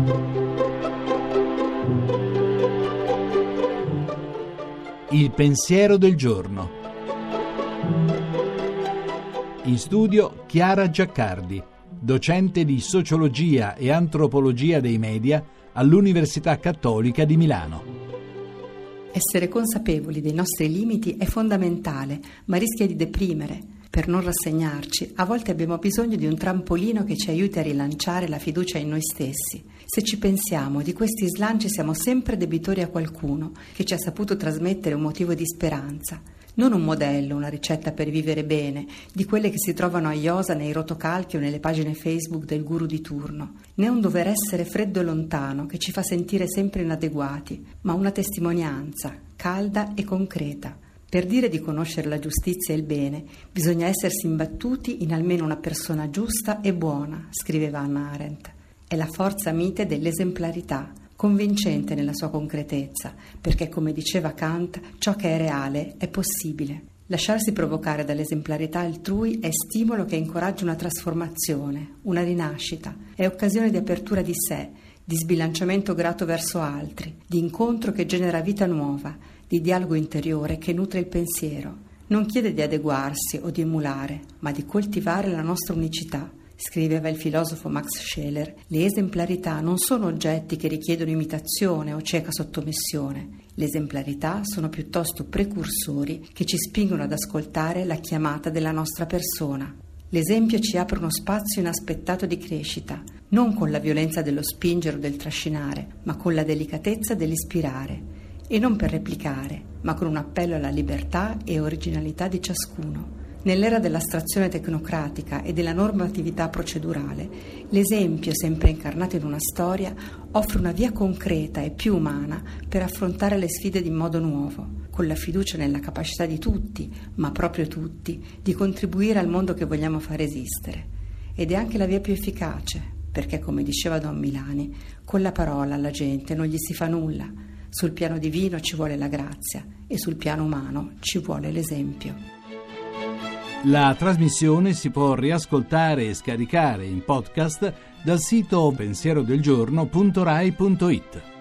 Il pensiero del giorno. In studio Chiara Giaccardi, docente di sociologia e antropologia dei media all'Università Cattolica di Milano. Essere consapevoli dei nostri limiti è fondamentale, ma rischia di deprimere. Per non rassegnarci, a volte abbiamo bisogno di un trampolino che ci aiuti a rilanciare la fiducia in noi stessi. Se ci pensiamo, di questi slanci siamo sempre debitori a qualcuno che ci ha saputo trasmettere un motivo di speranza. Non un modello, una ricetta per vivere bene, di quelle che si trovano a iosa nei rotocalchi o nelle pagine Facebook del guru di turno, né un dover essere freddo e lontano che ci fa sentire sempre inadeguati, ma una testimonianza, calda e concreta. Per dire di conoscere la giustizia e il bene, bisogna essersi imbattuti in almeno una persona giusta e buona, scriveva Hannah Arendt. È la forza mite dell'esemplarità, convincente nella sua concretezza, perché, come diceva Kant, ciò che è reale è possibile. Lasciarsi provocare dall'esemplarità altrui è stimolo che incoraggia una trasformazione, una rinascita, è occasione di apertura di sé, di sbilanciamento grato verso altri, di incontro che genera vita nuova, di dialogo interiore che nutre il pensiero. Non chiede di adeguarsi o di emulare, ma di coltivare la nostra unicità. Scriveva il filosofo Max Scheler, le esemplarità non sono oggetti che richiedono imitazione o cieca sottomissione. Le esemplarità sono piuttosto precursori che ci spingono ad ascoltare la chiamata della nostra persona. L'esempio ci apre uno spazio inaspettato di crescita, non con la violenza dello spingere o del trascinare, ma con la delicatezza dell'ispirare. E non per replicare, ma con un appello alla libertà e originalità di ciascuno. Nell'era dell'astrazione tecnocratica e della normatività procedurale, l'esempio, sempre incarnato in una storia, offre una via concreta e più umana per affrontare le sfide in modo nuovo, con la fiducia nella capacità di tutti, ma proprio tutti, di contribuire al mondo che vogliamo far esistere. Ed è anche la via più efficace, perché, come diceva Don Milani, con la parola alla gente non gli si fa nulla. Sul piano divino ci vuole la grazia e sul piano umano ci vuole l'esempio. La trasmissione si può riascoltare e scaricare in podcast dal sito pensierodelgiorno.rai.it.